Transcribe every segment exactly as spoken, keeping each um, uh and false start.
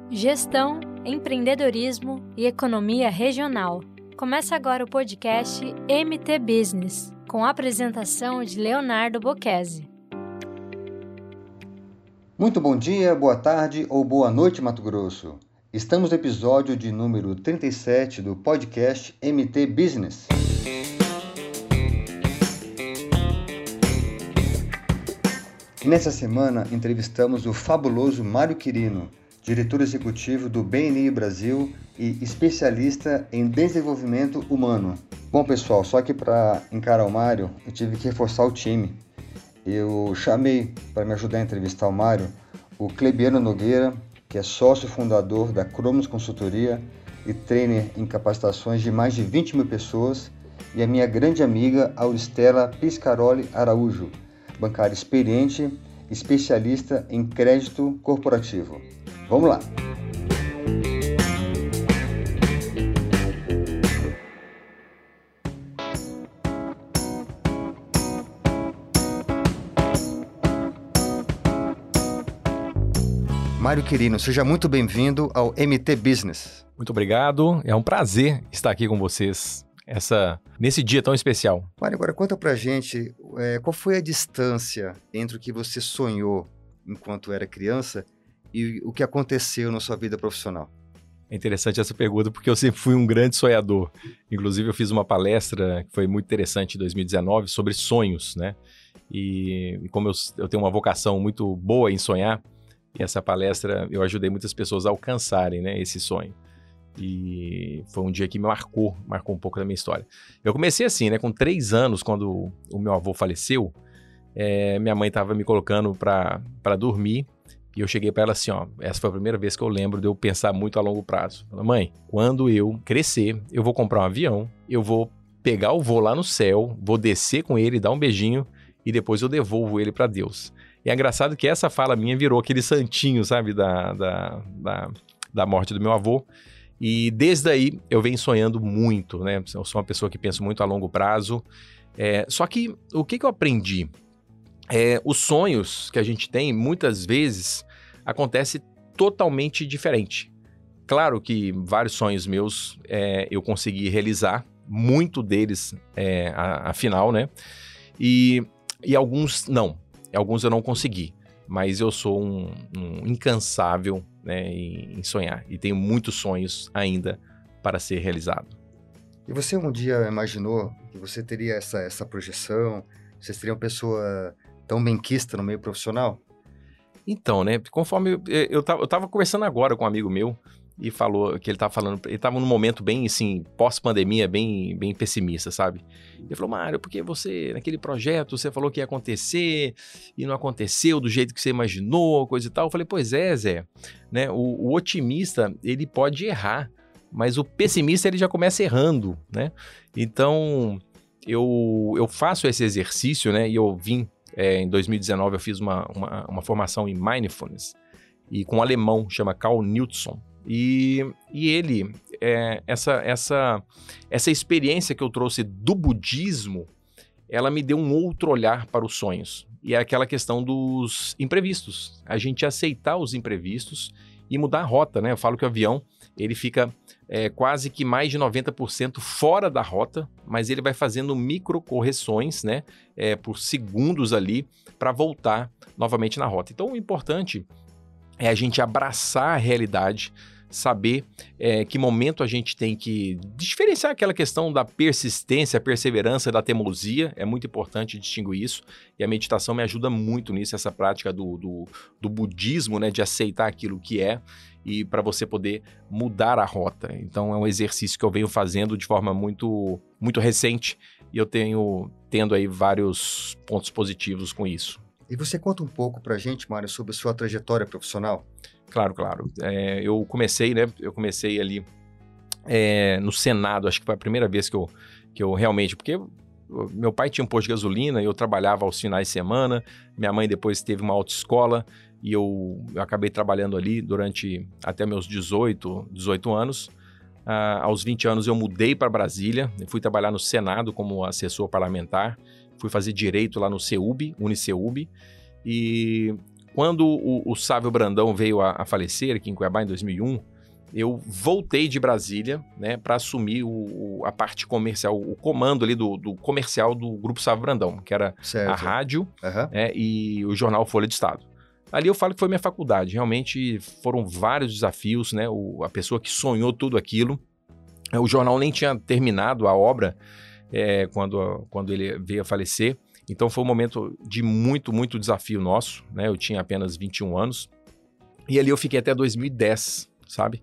Gestão, empreendedorismo e economia regional. Começa agora o podcast M T Business, com a apresentação de Leonardo Bocchese. Muito bom dia, boa tarde ou boa noite, Mato Grosso. Estamos no episódio de número trinta e sete do podcast M T Business. E nessa semana entrevistamos o fabuloso Mário Quirino, diretor executivo do B N I Brasil e especialista em desenvolvimento humano. Bom, pessoal, só que para encarar o Mário, eu tive que reforçar o time. Eu chamei para me ajudar a entrevistar o Mário o Clebiano Nogueira, que é sócio fundador da Cromos Consultoria e trainer em capacitações de mais de vinte mil pessoas, e a minha grande amiga Auristela Piscaroli Araújo, bancária experiente, especialista em crédito corporativo. Vamos lá! Mário Quirino, seja muito bem-vindo ao M T Business. Muito obrigado, é um prazer estar aqui com vocês essa, nesse dia tão especial. Mário, agora conta pra gente é, qual foi a distância entre o que você sonhou enquanto era criança e o que aconteceu na sua vida profissional? É interessante essa pergunta porque eu sempre fui um grande sonhador. Inclusive eu fiz uma palestra que foi muito interessante em dois mil e dezenove sobre sonhos, né? E, e como eu, eu tenho uma vocação muito boa em sonhar, e essa palestra eu ajudei muitas pessoas a alcançarem, né, esse sonho. E foi um dia que me marcou, marcou um pouco da minha história. Eu comecei assim, né, com três anos, quando o meu avô faleceu, é, minha mãe estava me colocando para dormir, e eu cheguei para ela assim, ó, essa foi a primeira vez que eu lembro de eu pensar muito a longo prazo. Falei, mãe, quando eu crescer, eu vou comprar um avião, eu vou pegar o voo lá no céu, vou descer com ele, dar um beijinho, e depois eu devolvo ele para Deus. E é engraçado que essa fala minha virou aquele santinho, sabe, da, da, da, da morte do meu avô. E desde aí eu venho sonhando muito, né? Eu sou uma pessoa que pensa muito a longo prazo. É, só que o que, que eu aprendi? É, os sonhos que a gente tem, muitas vezes, acontecem totalmente diferente. Claro que vários sonhos meus é, eu consegui realizar, muito deles, é, a, afinal, né? E, e alguns não. Alguns eu não consegui, mas eu sou um, um incansável, né, em, em sonhar. E tenho muitos sonhos ainda para ser realizado. E você um dia imaginou que você teria essa, essa projeção? Você seria uma pessoa tão benquista no meio profissional? Então, né, conforme eu, eu, tava, eu tava conversando agora com um amigo meu, e falou que ele tava falando, ele tava num momento bem, assim, pós-pandemia, bem, bem pessimista, sabe? Ele falou, Mário, porque você, naquele projeto, você falou que ia acontecer e não aconteceu do jeito que você imaginou, coisa e tal. Eu falei, pois é, Zé, né? O, o otimista, ele pode errar, mas o pessimista, ele já começa errando, né? Então, eu, eu faço esse exercício, né? E eu vim, é, em dois mil e dezenove, eu fiz uma, uma, uma formação em Mindfulness, e com um alemão, chama Carl Newton. E, e ele, é, essa, essa, essa experiência que eu trouxe do budismo, ela me deu um outro olhar para os sonhos. E é aquela questão dos imprevistos. A gente aceitar os imprevistos e mudar a rota, né? Eu falo que o avião, ele fica é, quase que mais de noventa por cento fora da rota, mas ele vai fazendo micro correções, né? É, por segundos ali, para voltar novamente na rota. Então, o importante é a gente abraçar a realidade, saber é, que momento a gente tem que diferenciar aquela questão da persistência, perseverança, da teimosia. É muito importante distinguir isso, e a meditação me ajuda muito nisso, essa prática do, do, do budismo, né, de aceitar aquilo que é, e para você poder mudar a rota. Então é um exercício que eu venho fazendo de forma muito, muito recente, e eu tenho tendo aí vários pontos positivos com isso. E você conta um pouco pra gente, Mário, sobre a sua trajetória profissional? Claro, claro. É, eu comecei, né? Eu comecei ali é, no Senado, acho que foi a primeira vez que eu, que eu realmente... Porque meu pai tinha um posto de gasolina e eu trabalhava aos finais de semana. Minha mãe depois teve uma autoescola e eu, eu acabei trabalhando ali durante até meus dezoito, dezoito anos. Ah, aos vinte anos eu mudei para Brasília, fui trabalhar no Senado como assessor parlamentar. Fui fazer direito lá no CEUB, Uniceub, e quando o, o Sávio Brandão veio a, a falecer aqui em Cuiabá em dois mil e um, eu voltei de Brasília, né, para assumir o, o, a parte comercial, o comando ali do, do comercial do Grupo Sávio Brandão, que era certo. a rádio uhum. né, e o jornal Folha de Estado. Ali eu falo que foi minha faculdade, realmente foram vários desafios, né, o, a pessoa que sonhou tudo aquilo, o jornal nem tinha terminado a obra é, quando, quando ele veio a falecer, então foi um momento de muito, muito desafio nosso, né, eu tinha apenas vinte e um anos, e ali eu fiquei até dois mil e dez, sabe?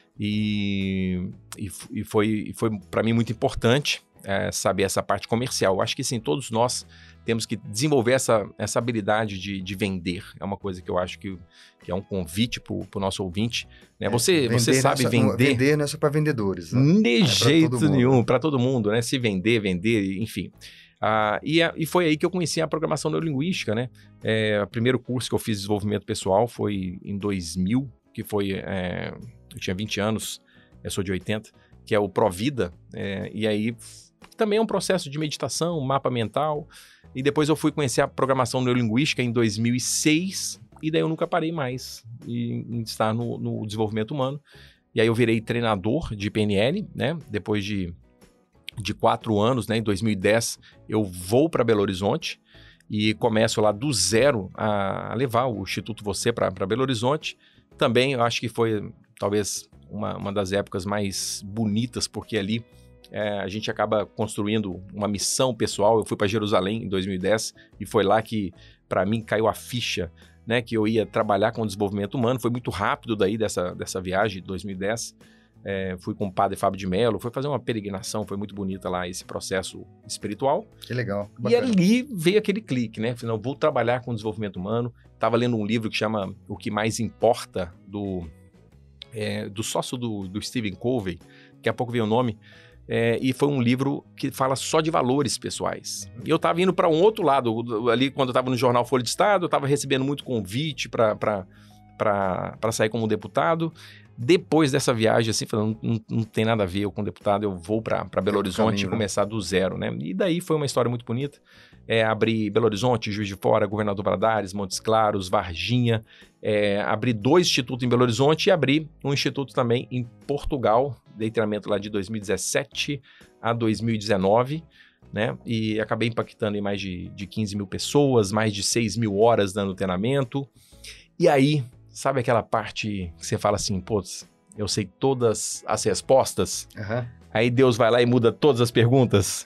E, e, e foi, foi para mim muito importante é, saber essa parte comercial. Eu acho que sim, todos nós temos que desenvolver essa, essa habilidade de, de vender. É uma coisa que eu acho que, que é um convite para o nosso ouvinte. Né? É, você, você sabe nessa, vender... Vender não é só para vendedores. Né? De é jeito pra nenhum, para todo mundo, né? Se vender, vender, enfim... Ah, e, a, e foi aí que eu conheci a programação neurolinguística, né? É, o primeiro curso que eu fiz de desenvolvimento pessoal foi em dois mil, que foi... É, eu tinha vinte anos, eu sou de oitenta, que é o Provida, é, e aí também é um processo de meditação, mapa mental, e depois eu fui conhecer a programação neurolinguística em dois mil e seis, e daí eu nunca parei mais em, em estar no, no desenvolvimento humano. E aí eu virei treinador de P N L, né? Depois de... de quatro anos, né, em dois mil e dez, eu vou para Belo Horizonte e começo lá do zero a levar o Instituto Você para Belo Horizonte. Também eu acho que foi talvez uma, uma das épocas mais bonitas, porque ali é, a gente acaba construindo uma missão pessoal. Eu fui para Jerusalém em dois mil e dez e foi lá que, para mim, caiu a ficha, né, que eu ia trabalhar com o desenvolvimento humano. Foi muito rápido daí dessa, dessa viagem de dois mil e dez. É, fui com o padre Fábio de Mello, foi fazer uma peregrinação, foi muito bonita lá esse processo espiritual. Que legal. Que e ali veio aquele clique, né? Falei, não, vou trabalhar com desenvolvimento humano. Estava lendo um livro que chama O Que Mais Importa, do, é, do sócio do, do Stephen Covey, daqui a pouco veio o nome, é, e foi um livro que fala só de valores pessoais. E eu estava indo para um outro lado, ali quando eu estava no jornal Folha de Estado, eu estava recebendo muito convite para sair como deputado. Depois dessa viagem, assim, falando, não, não tem nada a ver eu com deputado, eu vou para Belo Horizonte caminho, e começar né? do zero, né? E daí foi uma história muito bonita. É, abri Belo Horizonte, Juiz de Fora, Governador Valadares, Montes Claros, Varginha. É, abri dois institutos em Belo Horizonte e abri um instituto também em Portugal. Dei treinamento lá de dois mil e dezessete a dois mil e dezenove, né? E acabei impactando em mais de, de quinze mil pessoas, mais de seis mil horas dando treinamento. E aí... Sabe aquela parte que você fala assim, pô, eu sei todas as respostas? Uhum. Aí Deus vai lá e muda todas as perguntas?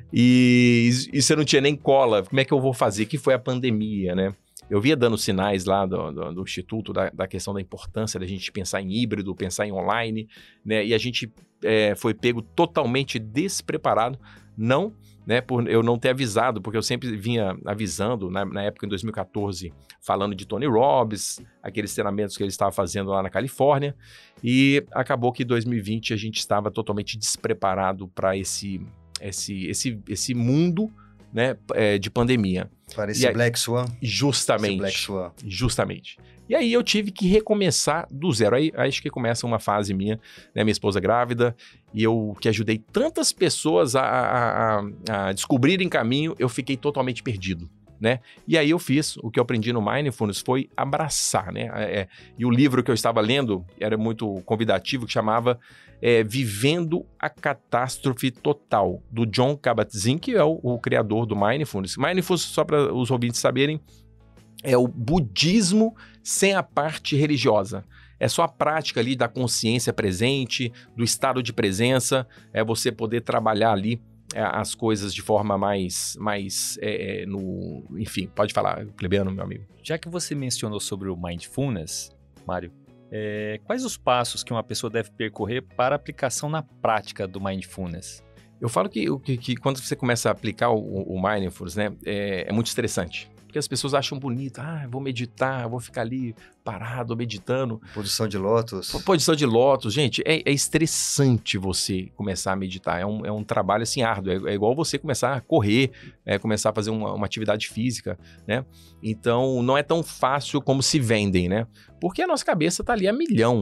e, e você não tinha nem cola. Como é que eu vou fazer? Que foi a pandemia, né? Eu via dando sinais lá do, do, do Instituto da, da questão da importância da gente pensar em híbrido, pensar em online, né? E a gente é, foi pego totalmente despreparado. Não... Né, por eu não ter avisado, porque eu sempre vinha avisando, na, na época, em dois mil e quatorze, falando de Tony Robbins, aqueles treinamentos que ele estava fazendo lá na Califórnia, e acabou que em dois mil e vinte a gente estava totalmente despreparado para esse, esse, esse, esse mundo, né, é, de pandemia. Para esse aí, Black Swan. Justamente. Esse Black Swan. Justamente. E aí eu tive que recomeçar do zero. Aí acho que começa uma fase minha, né? Minha esposa grávida, e eu que ajudei tantas pessoas a, a, a, a descobrirem caminho, eu fiquei totalmente perdido, né? E aí eu fiz, o que eu aprendi no Mindfulness foi abraçar, né? É, e o livro que eu estava lendo era muito convidativo, que chamava é, Vivendo a Catástrofe Total, do Jon Kabat-Zinn, que é o, o criador do Mindfulness. Mindfulness, só para os ouvintes saberem, é o budismo sem a parte religiosa. É só a prática ali da consciência presente, do estado de presença, é você poder trabalhar ali é, as coisas de forma mais, mais é, no... Enfim, pode falar, Clebiano, meu amigo. Já que você mencionou sobre o Mindfulness, Mário, é, quais os passos que uma pessoa deve percorrer para a aplicação na prática do Mindfulness? Eu falo que, que, que quando você começa a aplicar o, o Mindfulness, né, é, é muito estressante. Porque as pessoas acham bonito, ah, vou meditar, vou ficar ali parado, meditando. Posição de lótus. Posição de lótus, gente, é, é estressante você começar a meditar, é um, é um trabalho assim árduo, é, é igual você começar a correr, é, começar a fazer uma, uma atividade física, né? Então, não é tão fácil como se vendem, né? Porque a nossa cabeça tá ali a milhão,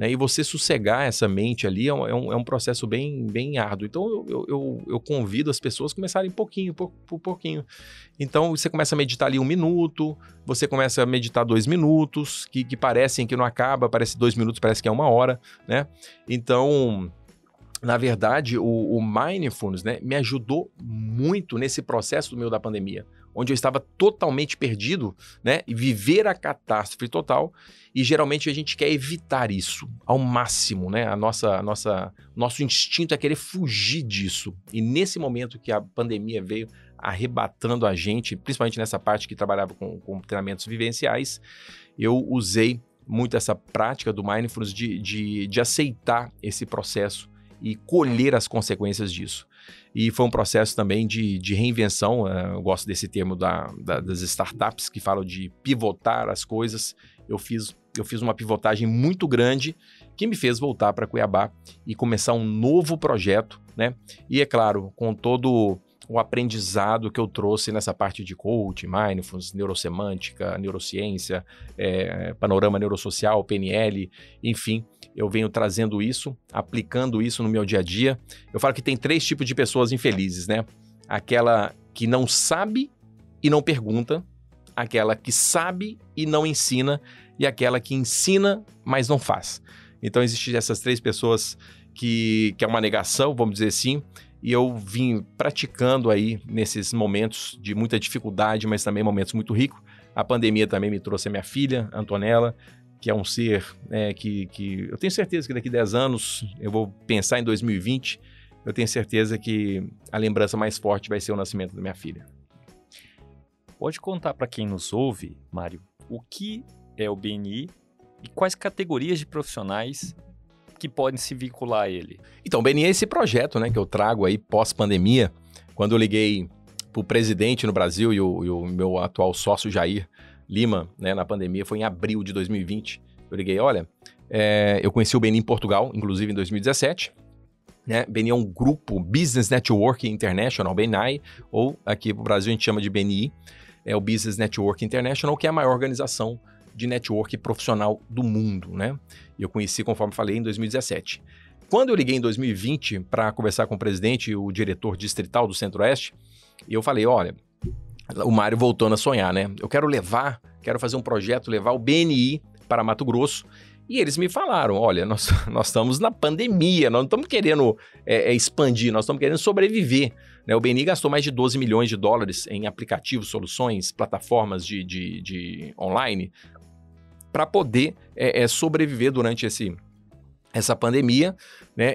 né? E você sossegar essa mente ali é um, é um, é um processo bem, bem árduo. Então, eu, eu, eu convido as pessoas a começarem pouquinho, por, por pouquinho. Então, você começa a meditar ali um minuto, você começa a meditar dois minutos, que, que parecem que não acaba, parece dois minutos, parece que é uma hora, né? Então, na verdade, o, o Mindfulness, né, me ajudou muito nesse processo do meu da pandemia, onde eu estava totalmente perdido, né, e viver a catástrofe total, e geralmente a gente quer evitar isso ao máximo, né, a nossa, a nossa, nosso instinto é querer fugir disso, e nesse momento que a pandemia veio arrebatando a gente, principalmente nessa parte que trabalhava com, com treinamentos vivenciais, eu usei muito essa prática do Mindfulness de, de, de aceitar esse processo e colher as consequências disso. E foi um processo também de, de reinvenção, uh, eu gosto desse termo da, da, das startups, que falam de pivotar as coisas. Eu fiz, eu fiz uma pivotagem muito grande que me fez voltar para Cuiabá e começar um novo projeto, né? E é claro, com todo o aprendizado que eu trouxe nessa parte de coaching, mindfulness, neurosemântica, neurociência, é, panorama neurosocial, P N L, enfim, eu venho trazendo isso, aplicando isso no meu dia a dia. Eu falo que tem três tipos de pessoas infelizes, né? Aquela que não sabe e não pergunta, aquela que sabe e não ensina, e aquela que ensina, mas não faz. Então, existem essas três pessoas que, que é uma negação, vamos dizer assim, e eu vim praticando aí nesses momentos de muita dificuldade, mas também momentos muito ricos. A pandemia também me trouxe a minha filha, Antonella, que é um ser é, que, que eu tenho certeza que daqui a dez anos, eu vou pensar em dois mil e vinte, eu tenho certeza que a lembrança mais forte vai ser o nascimento da minha filha. Pode contar para quem nos ouve, Mário, o que é o B N I e quais categorias de profissionais que podem se vincular a ele? Então, o B N I é esse projeto, né, que eu trago aí pós-pandemia. Quando eu liguei para o presidente no Brasil e o, e o meu atual sócio Jair Lima, né, na pandemia, foi em abril de dois mil e vinte. Eu liguei, olha, é, eu conheci o B N I em Portugal, inclusive em dois mil e dezessete. Né? B N I é um grupo Business Network International, B N I, ou aqui no Brasil a gente chama de B N I, é o Business Network International, que é a maior organização de network profissional do mundo, né? E eu conheci, conforme falei, em dois mil e dezessete. Quando eu liguei em dois mil e vinte para conversar com o presidente e o diretor distrital do Centro-Oeste, eu falei, olha, o Mário voltando a sonhar, né? Eu quero levar, quero fazer um projeto, levar o B N I para Mato Grosso. E eles me falaram, olha, nós, nós estamos na pandemia, nós não estamos querendo é, é, expandir, nós estamos querendo sobreviver. Né? O B N I gastou mais de doze milhões de dólares em aplicativos, soluções, plataformas de, de, de online para poder é, é, sobreviver durante esse, essa pandemia, né?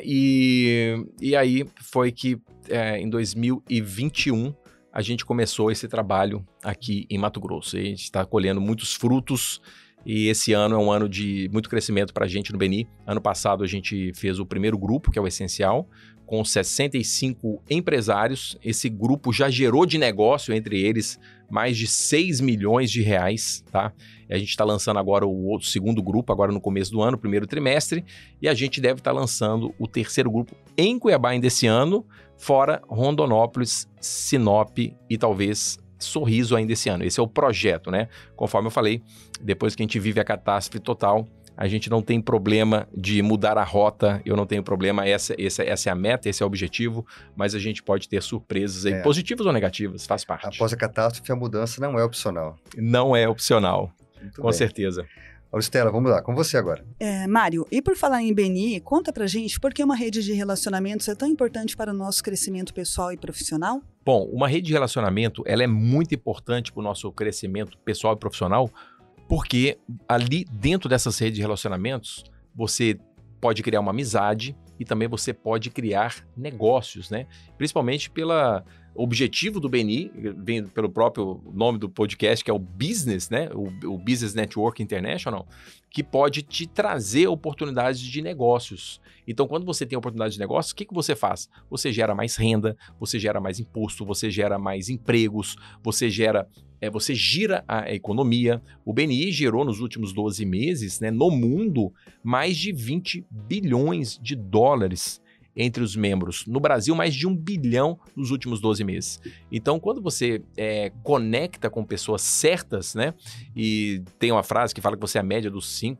E, e aí foi que é, em dois mil e vinte e um a gente começou esse trabalho aqui em Mato Grosso. E a gente está colhendo muitos frutos e esse ano é um ano de muito crescimento para a gente no B N I. Ano passado a gente fez o primeiro grupo, que é o Essencial, com sessenta e cinco empresários. Esse grupo já gerou de negócio, entre eles, mais de seis milhões de reais, tá? E a gente está lançando agora o outro, segundo grupo, agora no começo do ano, primeiro trimestre, e a gente deve estar tá lançando o terceiro grupo em Cuiabá ainda esse ano, fora Rondonópolis, Sinop e talvez Sorriso ainda esse ano. Esse é o projeto, né? Conforme eu falei, depois que a gente vive a catástrofe total, a gente não tem problema de mudar a rota, eu não tenho problema, essa, essa, essa é a meta, esse é o objetivo, mas a gente pode ter surpresas aí, é. positivas ou negativas, faz parte. Após a catástrofe, a mudança não é opcional. Não é opcional, Muito com bem. certeza. Auristela, vamos lá, com você agora. É, Mário, e por falar em B N I, conta pra gente por que uma rede de relacionamentos é tão importante para o nosso crescimento pessoal e profissional? Bom, uma rede de relacionamento, ela é muito importante para o nosso crescimento pessoal e profissional, porque ali dentro dessas redes de relacionamentos, você pode criar uma amizade e também você pode criar negócios, né? Principalmente pelo objetivo do B N I, vem pelo próprio nome do podcast, que é o Business, né? O, o Business Network International, que pode te trazer oportunidades de negócios. Então, quando você tem oportunidade de negócio, o que, que você faz? Você gera mais renda, você gera mais imposto, você gera mais empregos, você gera, é, você gira a economia. O B N I gerou nos últimos doze meses, né, no mundo, mais de vinte bilhões de dólares entre os membros. No Brasil, mais de um bilhão nos últimos doze meses. Então, quando você é, conecta com pessoas certas, né? E tem uma frase que fala que você é a média dos cinco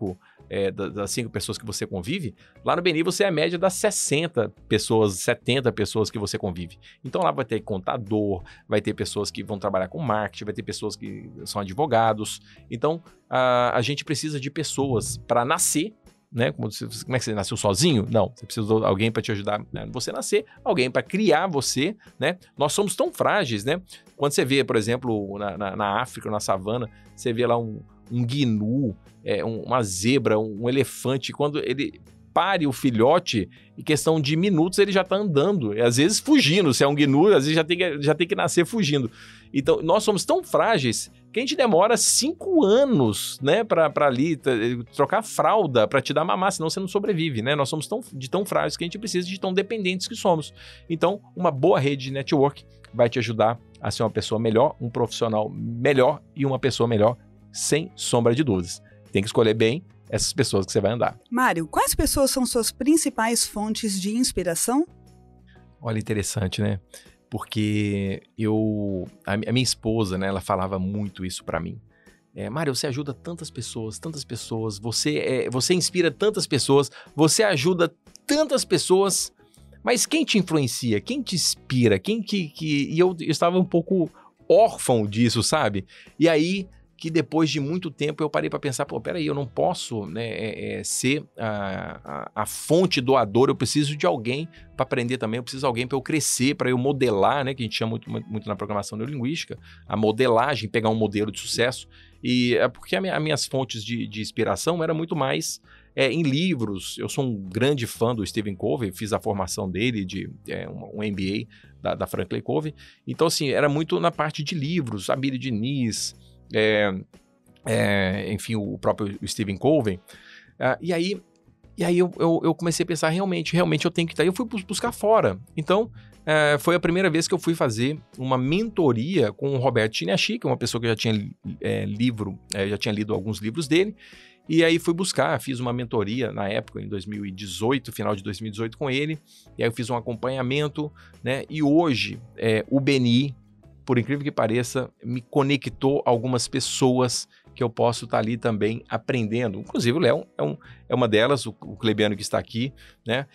é, das cinco pessoas que você convive, lá no B N I você é a média das sessenta pessoas, setenta pessoas que você convive. Então lá vai ter contador, vai ter pessoas que vão trabalhar com marketing, vai ter pessoas que são advogados. Então a, a gente precisa de pessoas para nascer, né? Como, como é que você nasceu sozinho? Não, você precisa de alguém para te ajudar, né? Você nascer, alguém para criar você, né? Nós somos tão frágeis, né? Quando você vê, por exemplo, na, na, na África, na savana, você vê lá um, um gnu, é, um, uma zebra, um, um elefante, quando ele pare o filhote, em questão de minutos ele já está andando, e às vezes fugindo. Se é um gnu, às vezes já tem que, já tem que nascer fugindo. Então, nós somos tão frágeis que a gente demora cinco anos, né, para ali trocar fralda para te dar mamar, senão você não sobrevive, né? Nós somos tão, de tão frágeis que a gente precisa de tão dependentes que somos. Então, uma boa rede de network vai te ajudar a ser uma pessoa melhor, um profissional melhor e uma pessoa melhor, sem sombra de dúvidas. Tem que escolher bem essas pessoas que você vai andar. Mário, quais pessoas são suas principais fontes de inspiração? Olha, interessante, né? Porque eu, a, a minha esposa, né, ela falava muito isso pra mim. É, Mário, você ajuda tantas pessoas, tantas pessoas, você, é, você inspira tantas pessoas, você ajuda tantas pessoas, mas quem te influencia? Quem te inspira? Quem que... que... E eu, eu estava um pouco órfão disso, sabe? E aí que depois de muito tempo eu parei para pensar, pô, peraí, eu não posso, né, é, é, ser a, a, a fonte doadora, eu preciso de alguém para aprender também, eu preciso de alguém para eu crescer, para eu modelar, né, que a gente chama muito, muito na programação neurolinguística, a modelagem, pegar um modelo de sucesso, e é porque as minha, minhas fontes de, de inspiração eram muito mais é, em livros. Eu sou um grande fã do Stephen Covey, fiz a formação dele, de é, um, um M B A da, da Franklin Covey, então assim, era muito na parte de livros, Abílio Diniz, É, é, enfim, o próprio Stephen Covey, uh, e aí, e aí eu, eu, eu comecei a pensar, realmente, realmente eu tenho que estar, eu fui buscar fora, então uh, foi a primeira vez que eu fui fazer uma mentoria com o Roberto Chiniachi, que é uma pessoa que já tinha é, livro, é, já tinha lido alguns livros dele, e aí fui buscar, fiz uma mentoria na época, em dois mil e dezoito, final de dois mil e dezoito com ele, e aí eu fiz um acompanhamento, né, e hoje é, o B N I, por incrível que pareça, me conectou a algumas pessoas que eu posso estar ali também aprendendo. Inclusive o Léo é, um, é uma delas, o, o Clebiano que está aqui, né?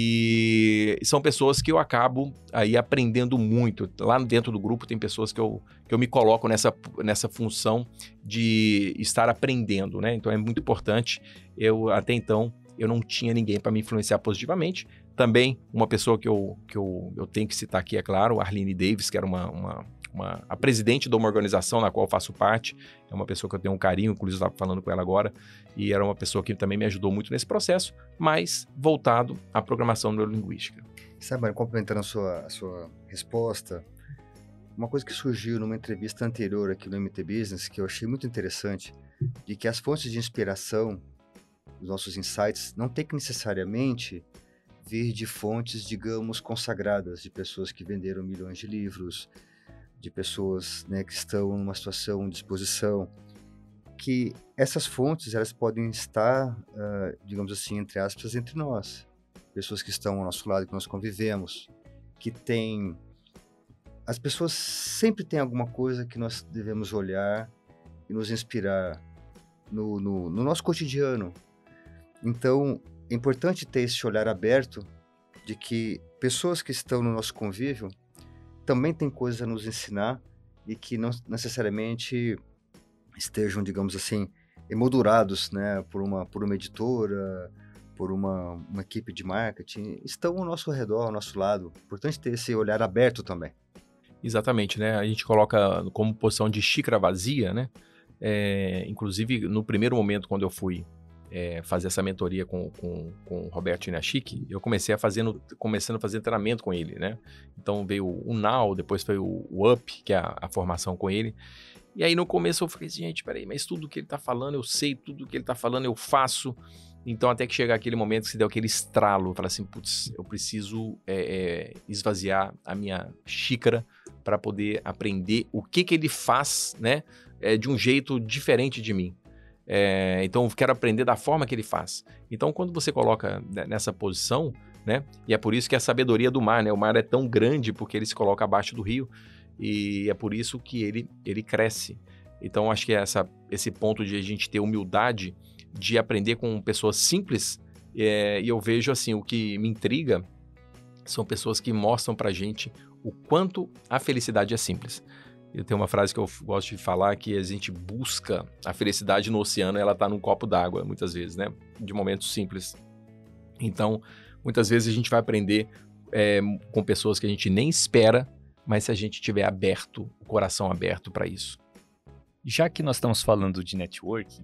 E são pessoas que eu acabo aí aprendendo muito. Lá dentro do grupo tem pessoas que eu, que eu me coloco nessa, nessa função de estar aprendendo, né? Então é muito importante. Eu, até então, eu não tinha ninguém para me influenciar positivamente. Também uma pessoa que eu, que eu, eu tenho que citar aqui, é claro, a Arlene Davis, que era uma, uma, uma, a presidente de uma organização na qual eu faço parte. É uma pessoa que eu tenho um carinho, inclusive eu estava falando com ela agora, e era uma pessoa que também me ajudou muito nesse processo, mas voltado à programação neurolinguística. Sabe, complementando a sua, a sua resposta, uma coisa que surgiu numa entrevista anterior aqui no M T Business, que eu achei muito interessante, de que as fontes de inspiração, os nossos insights, não tem que necessariamente vir de fontes, digamos, consagradas, de pessoas que venderam milhões de livros, de pessoas, né, que estão numa situação de exposição, que essas fontes, elas podem estar, uh, digamos assim, entre aspas, entre nós. Pessoas que estão ao nosso lado, que nós convivemos, que têm... As pessoas sempre têm alguma coisa que nós devemos olhar e nos inspirar no, no, no nosso cotidiano. Então, é importante ter esse olhar aberto de que pessoas que estão no nosso convívio também têm coisas a nos ensinar e que não necessariamente estejam, digamos assim, emoldurados, né, por uma, por uma editora, por uma, uma equipe de marketing. Estão ao nosso redor, ao nosso lado. É importante ter esse olhar aberto também. Exatamente, né? A gente coloca como posição de xícara vazia, né? É, inclusive, no primeiro momento, quando eu fui É, fazer essa mentoria com, com, com o Roberto Chiniachi, eu comecei a fazer no, começando a fazer treinamento com ele, né? Então veio o Now, depois foi o, o Up, que é a, a formação com ele. E aí no começo eu falei, gente, peraí, mas tudo que ele tá falando, eu sei, tudo que ele tá falando eu faço. Então até que chegar aquele momento que se deu aquele estralo, eu falei assim, putz, eu preciso é, é, esvaziar a minha xícara para poder aprender o que que ele faz, né? É, de um jeito diferente de mim. É, então eu quero aprender da forma que ele faz. Então quando você coloca nessa posição, né, e é por isso que a sabedoria do mar, né, o mar é tão grande porque ele se coloca abaixo do rio e é por isso que ele, ele cresce. Então acho que essa, esse ponto de a gente ter humildade de aprender com pessoas simples, é, e eu vejo assim, o que me intriga são pessoas que mostram pra gente o quanto a felicidade é simples. Eu tenho uma frase que eu gosto de falar, que a gente busca a felicidade no oceano, ela tá num copo d'água, muitas vezes, né? De momentos simples. Então, muitas vezes a gente vai aprender é, com pessoas que a gente nem espera, mas se a gente tiver aberto, o coração aberto para isso. Já que nós estamos falando de networking,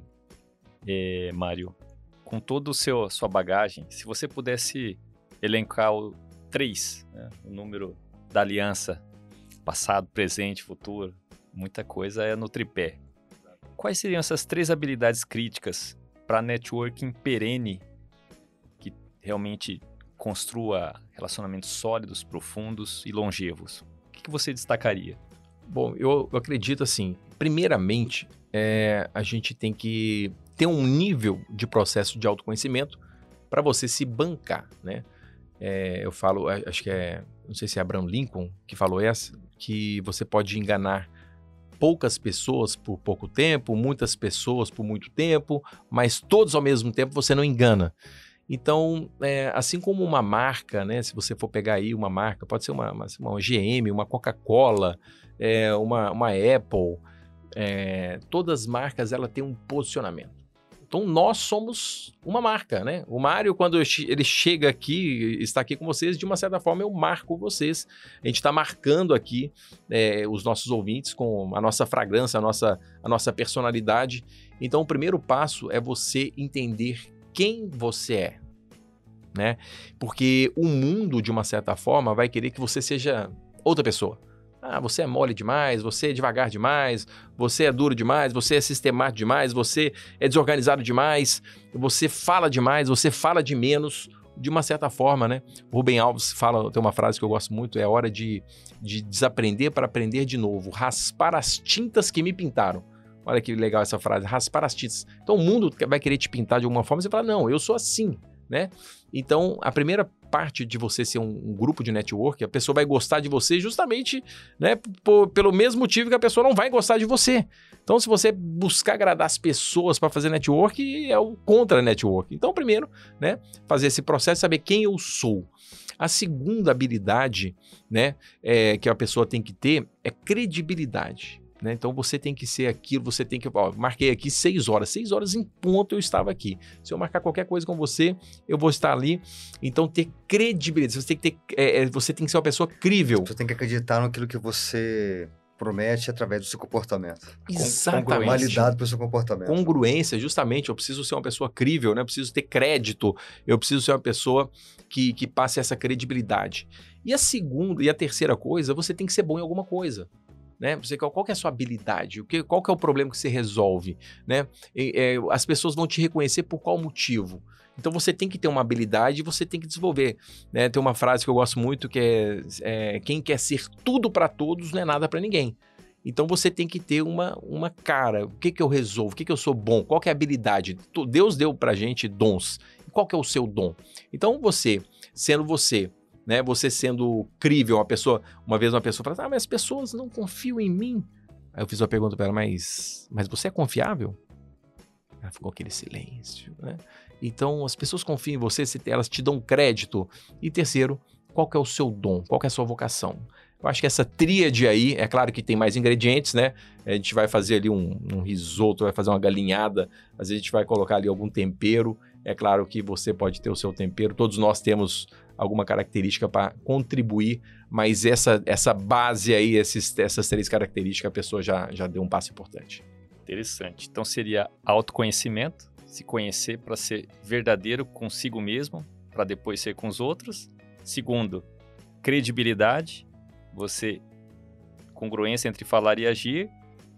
é, Mário, com toda a sua bagagem, se você pudesse elencar o três, né, o número da aliança, passado, presente, futuro, muita coisa é no tripé. Quais seriam essas três habilidades críticas para networking perene, que realmente construa relacionamentos sólidos, profundos e longevos? O que, que você destacaria? Bom, eu, eu acredito assim, primeiramente, é, a gente tem que ter um nível de processo de autoconhecimento para você se bancar, né? É, eu falo, acho que é, não sei se é Abraham Lincoln que falou essa, que você pode enganar poucas pessoas por pouco tempo, muitas pessoas por muito tempo, mas todos ao mesmo tempo você não engana. Então, é, assim como uma marca, né, se você for pegar aí uma marca, pode ser uma, uma, uma G M, uma Coca-Cola, é, uma, uma Apple, é, todas as marcas ela tem um posicionamento. Então, nós somos uma marca, né? O Mário, quando ele chega aqui, está aqui com vocês, de uma certa forma eu marco vocês. A gente está marcando aqui é, os nossos ouvintes com a nossa fragrância, a nossa, a nossa personalidade. Então, o primeiro passo é você entender quem você é, né? Porque o mundo, de uma certa forma, vai querer que você seja outra pessoa. Ah, você é mole demais, você é devagar demais, você é duro demais, você é sistemático demais, você é desorganizado demais, você fala demais, você fala de menos, de uma certa forma, né? O Rubem Alves fala, tem uma frase que eu gosto muito, é hora de, de desaprender para aprender de novo, raspar as tintas que me pintaram. Olha que legal essa frase, raspar as tintas. Então o mundo vai querer te pintar de alguma forma, você fala, não, eu sou assim, né? Então, a primeira parte de você ser um, um grupo de network, a pessoa vai gostar de você justamente, né, por, pelo mesmo motivo que a pessoa não vai gostar de você. Então, se você buscar agradar as pessoas para fazer network, é o contra network. Então, primeiro, né, fazer esse processo, saber quem eu sou. A segunda habilidade, né, é, que a pessoa tem que ter é credibilidade. Né? Então você tem que ser aquilo, você tem que... Ó, marquei aqui seis horas, seis horas em ponto eu estava aqui. Se eu marcar qualquer coisa com você, eu vou estar ali. Então ter credibilidade, você tem que ter, é, você tem que ser uma pessoa crível. Você tem que acreditar naquilo que você promete através do seu comportamento. Exatamente. Validado pelo seu comportamento. Congruência, justamente. Eu preciso ser uma pessoa crível, né? Eu preciso ter crédito. Eu preciso ser uma pessoa que, que passe essa credibilidade. E a segunda e a terceira coisa, você tem que ser bom em alguma coisa. Né? Você, qual que é a sua habilidade? O que, qual que é o problema que você resolve? Né? E, é, as pessoas vão te reconhecer por qual motivo? Então você tem que ter uma habilidade e você tem que desenvolver. Né? Tem uma frase que eu gosto muito que é, é quem quer ser tudo para todos não é nada para ninguém. Então você tem que ter uma, uma cara. O que, que eu resolvo? O que, que eu sou bom? Qual que é a habilidade? Deus deu pra gente dons. Qual que é o seu dom? Então você, sendo você, né, você sendo crível, uma pessoa, uma vez uma pessoa fala, ah, mas as pessoas não confiam em mim. Aí eu fiz uma pergunta para ela, mas, mas você é confiável? Ela ficou aquele silêncio, né? Então, as pessoas confiam em você, elas te dão crédito. E terceiro, qual que é o seu dom? Qual que é a sua vocação? Eu acho que essa tríade aí, é claro que tem mais ingredientes, né? A gente vai fazer ali um, um risoto, vai fazer uma galinhada, às vezes a gente vai colocar ali algum tempero. É claro que você pode ter o seu tempero, todos nós temos alguma característica para contribuir, mas essa, essa base aí, esses, essas três características, a pessoa já, já deu um passo importante. Interessante. Então seria autoconhecimento, se conhecer para ser verdadeiro consigo mesmo, para depois ser com os outros. Segundo, credibilidade, você congruência entre falar e agir,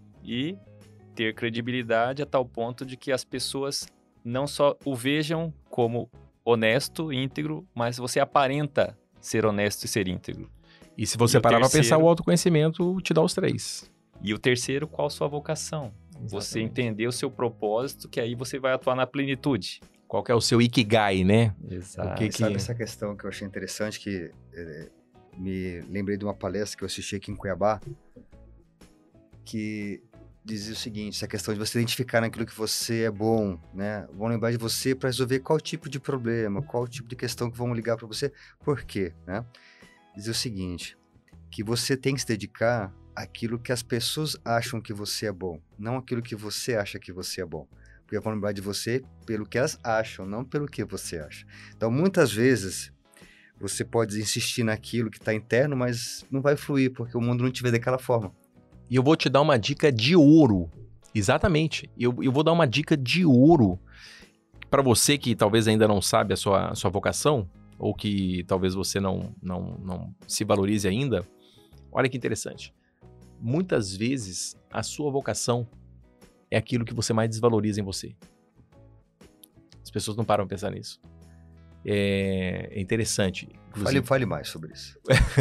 e ter credibilidade a tal ponto de que as pessoas não só o vejam como honesto, íntegro, mas você aparenta ser honesto e ser íntegro. E se você e parar para pensar, o autoconhecimento te dá os três. E o terceiro, qual a sua vocação? Exatamente. Você entender o seu propósito, que aí você vai atuar na plenitude. Qual que é o seu ikigai, né? Exato. O que que... Sabe essa questão que eu achei interessante, que é, me lembrei de uma palestra que eu assisti aqui em Cuiabá, que dizia o seguinte, essa questão de você identificar naquilo que você é bom, né? Vão lembrar de você para resolver qual tipo de problema, qual tipo de questão que vão ligar para você, por quê, né? Dizia o seguinte, que você tem que se dedicar àquilo que as pessoas acham que você é bom, não aquilo que você acha que você é bom. Porque vão lembrar de você pelo que elas acham, não pelo que você acha. Então, muitas vezes, você pode insistir naquilo que está interno, mas não vai fluir, porque o mundo não te vê daquela forma. E eu vou te dar uma dica de ouro. Exatamente. Eu, eu vou dar uma dica de ouro para você que talvez ainda não sabe a sua, a sua vocação, ou que talvez você não, não, não se valorize ainda. Olha que interessante. Muitas vezes, a sua vocação é aquilo que você mais desvaloriza em você. As pessoas não param a pensar nisso. É, é interessante. Fale, fale mais sobre isso.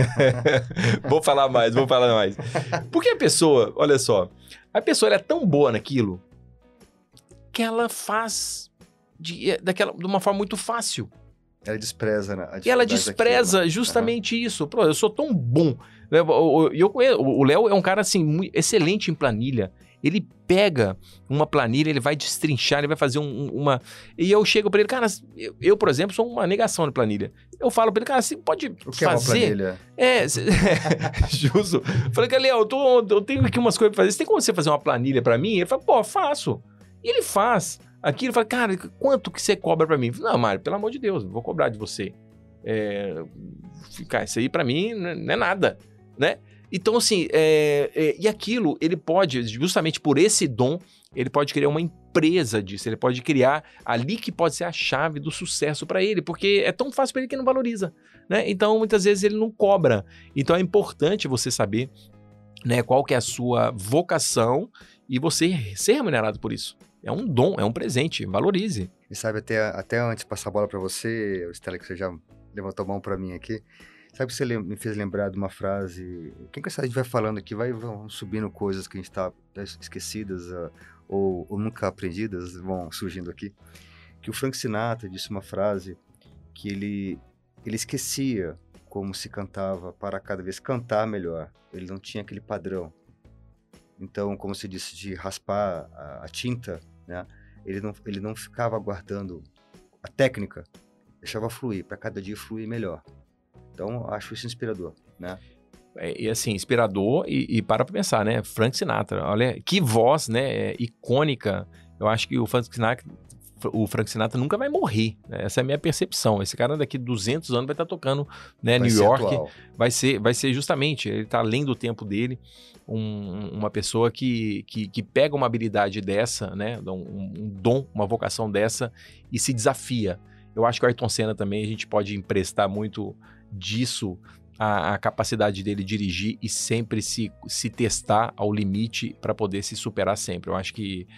Vou falar mais, vou falar mais. Porque a pessoa, olha só, a pessoa ela é tão boa naquilo que ela faz de, daquela, de uma forma muito fácil. Ela despreza, né? E ela despreza daquilo, justamente uhum. isso. Pô, eu sou tão bom. Eu, eu, eu, o Léo é um cara assim, muito, excelente em planilha. Ele pega uma planilha, ele vai destrinchar, ele vai fazer um, uma... E eu chego pra ele, cara, eu, eu, por exemplo, sou uma negação de planilha. Eu falo pra ele, cara, você pode fazer... O que fazer... é uma planilha? É, cê... justo. Falei, cara, Léo, eu, tô, eu tenho aqui umas coisas pra fazer. Você tem como você fazer uma planilha pra mim? Ele fala, pô, faço. E ele faz. Aqui ele fala, cara, quanto que você cobra pra mim? Eu falei, não, Mário, pelo amor de Deus, não vou cobrar de você. É... Cara, isso aí pra mim não é nada, né? Então, assim, é, é, e aquilo, ele pode, justamente por esse dom, ele pode criar uma empresa disso, ele pode criar ali que pode ser a chave do sucesso para ele, porque é tão fácil para ele que não valoriza, né? Então, muitas vezes ele não cobra. Então, é importante você saber, né, qual que é a sua vocação e você ser remunerado por isso. É um dom, é um presente, valorize. E sabe, até, até antes de passar a bola para você, Estela, que você já levantou a mão para mim aqui, sabe que você me fez lembrar de uma frase... Quem que a gente vai falando aqui, vai vão subindo coisas que a gente está esquecidas uh, ou, ou nunca aprendidas, vão surgindo aqui. Que o Frank Sinatra disse uma frase que ele, ele esquecia como se cantava para cada vez cantar melhor. Ele não tinha aquele padrão. Então, como você disse, de raspar a, a tinta, né? ele, não, ele não ficava guardando a técnica, deixava fluir, para cada dia fluir melhor. Então, acho isso inspirador, né? É, e assim, inspirador e, e para pra pensar, né? Frank Sinatra, olha, que voz, né? É, icônica. Eu acho que o Frank Sinatra, o Frank Sinatra nunca vai morrer, né? Essa é a minha percepção. Esse cara daqui a duzentos anos vai estar tocando, né? Vai New York. Vai ser, vai ser justamente, ele está além do tempo dele, um, uma pessoa que, que, que pega uma habilidade dessa, né? Um, um dom, uma vocação dessa e se desafia. Eu acho que o Ayrton Senna também, a gente pode emprestar muito disso, a, a capacidade dele dirigir e sempre se, se testar ao limite para poder se superar sempre. Eu acho que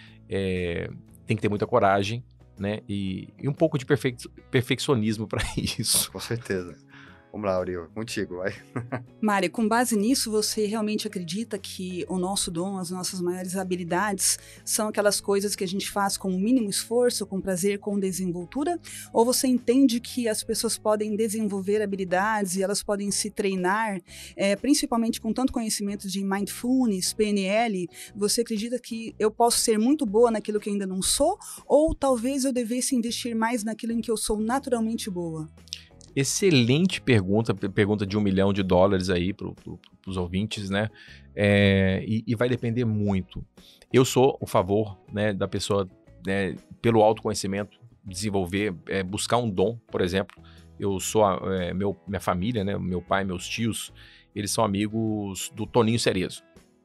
é, tem que ter muita coragem, né? E, e um pouco de perfe, perfeccionismo para isso. Com certeza. Vamos lá, Auril, contigo, vai. Mário, com base nisso, você realmente acredita que o nosso dom, as nossas maiores habilidades são aquelas coisas que a gente faz com o mínimo esforço, com prazer, com desenvoltura? Ou você entende que as pessoas podem desenvolver habilidades e elas podem se treinar, é, principalmente com tanto conhecimento de Mindfulness, P N L? Você acredita que eu posso ser muito boa naquilo que ainda não sou? Ou talvez eu devesse investir mais naquilo em que eu sou naturalmente boa? Excelente pergunta, pergunta de um milhão de dólares aí para pro, os ouvintes, né? É, e, e vai depender muito. Eu sou a favor, né, da pessoa, né, pelo autoconhecimento, desenvolver, é, buscar um dom, por exemplo. Eu sou, a, é, meu, minha família, né, meu pai, meus tios, eles são amigos do Toninho Cerezo.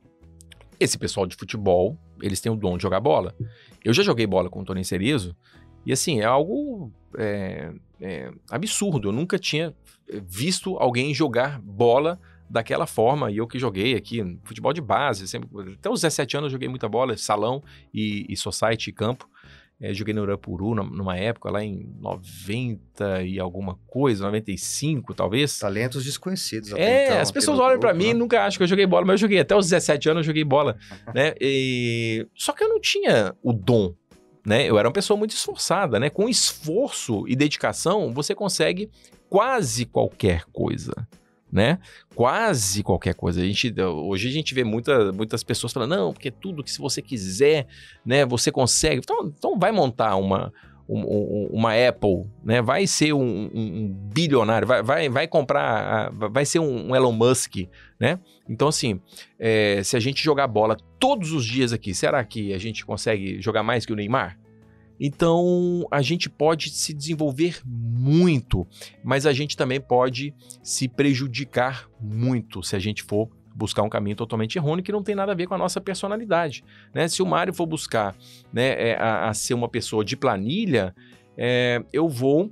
Esse pessoal de futebol, eles têm o dom de jogar bola. Eu já joguei bola com o Toninho Cerezo e, assim, é algo... É, É absurdo, eu nunca tinha visto alguém jogar bola daquela forma, e eu que joguei aqui, futebol de base, sempre, até os dezessete anos eu joguei muita bola, salão e, e society campo, é, joguei no Urapuru numa época, lá em noventa e alguma coisa, noventa e cinco talvez. Talentos desconhecidos. É, então, as pessoas olham pra mim e né? nunca acham que eu joguei bola, mas eu joguei, até os dezessete anos eu joguei bola, né, e... só que eu não tinha o dom, né? Eu era uma pessoa muito esforçada, né? Com esforço e dedicação, você consegue quase qualquer coisa, né? Quase qualquer coisa. A gente, hoje a gente vê muita, muitas pessoas falando, não, porque tudo que se você quiser, né, você consegue. Então, então vai montar uma, um, uma Apple, né? Vai ser um, um, um bilionário, vai, vai, vai comprar, vai ser um, um Elon Musk, né? Então, assim, é, se a gente jogar bola todos os dias aqui, será que a gente consegue jogar mais que o Neymar? Então, a gente pode se desenvolver muito, mas a gente também pode se prejudicar muito se a gente for buscar um caminho totalmente errôneo que não tem nada a ver com a nossa personalidade, né? Se o Mário for buscar, né, é, a, a ser uma pessoa de planilha, é, eu vou...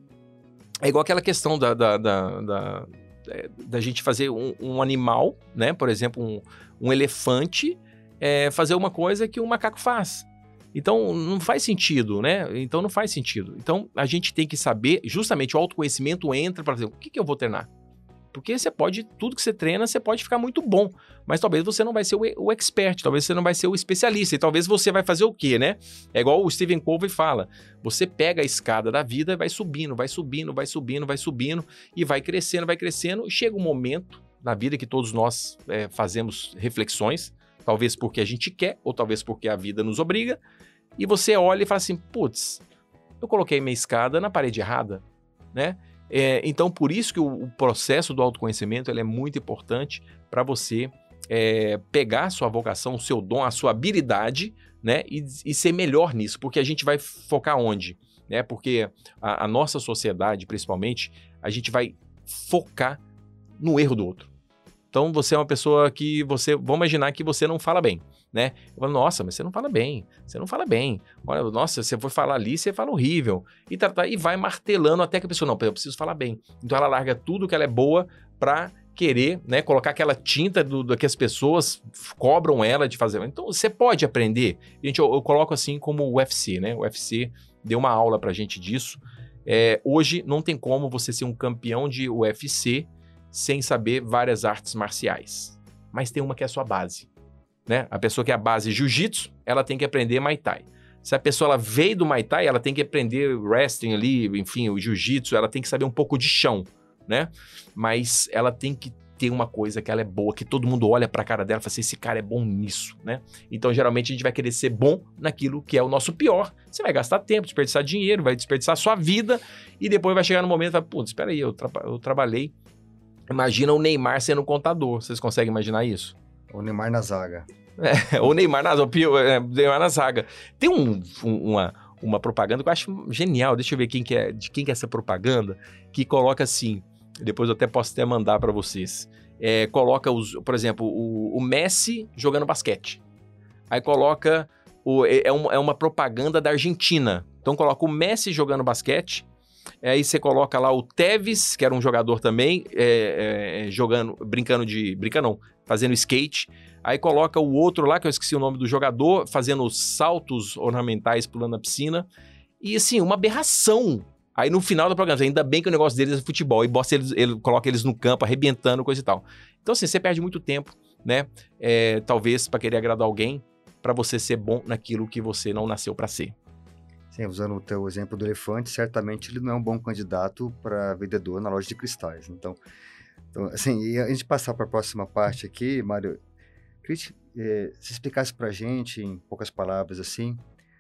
É igual aquela questão da, da, da, da, da gente fazer um, um animal, né? Por exemplo, um, um elefante é, fazer uma coisa que um macaco faz. Então, não faz sentido, né? Então, não faz sentido. Então, a gente tem que saber, justamente o autoconhecimento entra para dizer, o que, que eu vou treinar? Porque você pode, tudo que você treina, você pode ficar muito bom, mas talvez você não vai ser o, o expert, talvez você não vai ser o especialista, e talvez você vai fazer o quê, né? É igual o Stephen Covey fala, você pega a escada da vida e vai subindo, vai subindo, vai subindo, vai subindo, e vai crescendo, vai crescendo, e chega um momento na vida que todos nós é, fazemos reflexões, talvez porque a gente quer, ou talvez porque a vida nos obriga, e você olha e fala assim, putz, eu coloquei minha escada na parede errada, né? É, então, por isso que o, o processo do autoconhecimento ele é muito importante para você é, pegar a sua vocação, o seu dom, a sua habilidade, né? E, e ser melhor nisso, porque a gente vai focar onde? Né? Porque a, a nossa sociedade, principalmente, a gente vai focar no erro do outro. Então, você é uma pessoa que você... Vamos imaginar que você não fala bem, né? Eu falo, nossa, mas você não fala bem. Você não fala bem. Olha, nossa, você for falar ali, você fala horrível. E, tá, tá, e vai martelando até que a pessoa, não, eu preciso falar bem. Então, ela larga tudo que ela é boa pra querer, né? Colocar aquela tinta do, do que as pessoas cobram ela de fazer. Então, você pode aprender. Gente, eu, eu coloco assim como o U F C, né? O U F C deu uma aula pra gente disso. É, hoje, não tem como você ser um campeão de U F C sem saber várias artes marciais. Mas tem uma que é a sua base, né? A pessoa que é a base jiu-jitsu, ela tem que aprender Muay Thai. Se a pessoa ela veio do Muay Thai, ela tem que aprender wrestling ali, enfim, o jiu-jitsu, ela tem que saber um pouco de chão, né? Mas ela tem que ter uma coisa que ela é boa, que todo mundo olha pra cara dela e fala assim, esse cara é bom nisso, né? Então, geralmente, a gente vai querer ser bom naquilo que é o nosso pior. Você vai gastar tempo, desperdiçar dinheiro, vai desperdiçar sua vida e depois vai chegar no momento e vai, putz, espera aí, eu, tra eu trabalhei. Imagina o Neymar sendo contador. Vocês conseguem imaginar isso? O Neymar na zaga. É, o Neymar na, o Neymar na zaga. Tem um, um, uma, uma propaganda que eu acho genial. Deixa eu ver quem que é, de quem que é essa propaganda. Que coloca assim, depois eu até posso até mandar para vocês. É, coloca, os, por exemplo, o, o Messi jogando basquete. Aí coloca, o, é, é, uma, é uma propaganda da Argentina. Então coloca o Messi jogando basquete. Aí você coloca lá o Tevez, que era um jogador também, é, é, jogando, brincando de... Brincando não, fazendo skate. Aí coloca o outro lá, que eu esqueci o nome do jogador, fazendo saltos ornamentais pulando na piscina. E assim, uma aberração. Aí no final do programa, ainda bem que o negócio deles é futebol. E bosta eles, ele coloca eles no campo, arrebentando, coisa e tal. Então assim, você perde muito tempo, né? É, talvez para querer agradar alguém, para você ser bom naquilo que você não nasceu para ser. Sim, usando o teu exemplo do elefante, certamente ele não é um bom candidato para vendedor na loja de cristais. Então, então assim, e a gente passar para a próxima parte aqui, Mário, queria que eh, se explicasse para a gente, em poucas palavras, assim,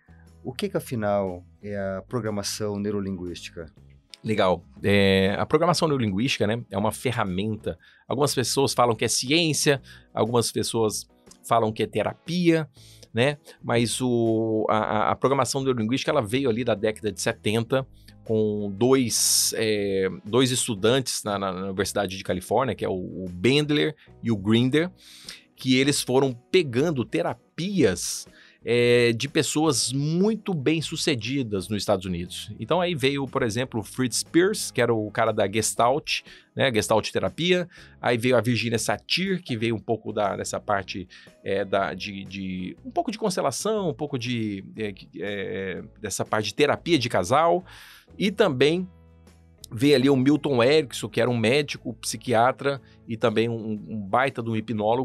o que que, afinal, é a programação neurolinguística? Legal. É, a programação neurolinguística, né, é uma ferramenta. Algumas pessoas falam que é ciência, algumas pessoas falam que é terapia, né? Mas o, a, a programação neurolinguística ela veio ali da década de setenta com dois, é, dois estudantes na, na Universidade de Califórnia, que é o, o Bandler e o Grinder, que eles foram pegando terapias é, de pessoas muito bem-sucedidas nos Estados Unidos. Então aí veio, por exemplo, o Fritz Perls, que era o cara da Gestalt, né, Gestalt terapia. Aí veio a Virginia Satir, que veio um pouco da, dessa parte é, da, de, de... um pouco de constelação, um pouco de... É, é, dessa parte de terapia de casal. E também veio ali o Milton Erickson, que era um médico, psiquiatra e também um, um baita de um hipnólogo,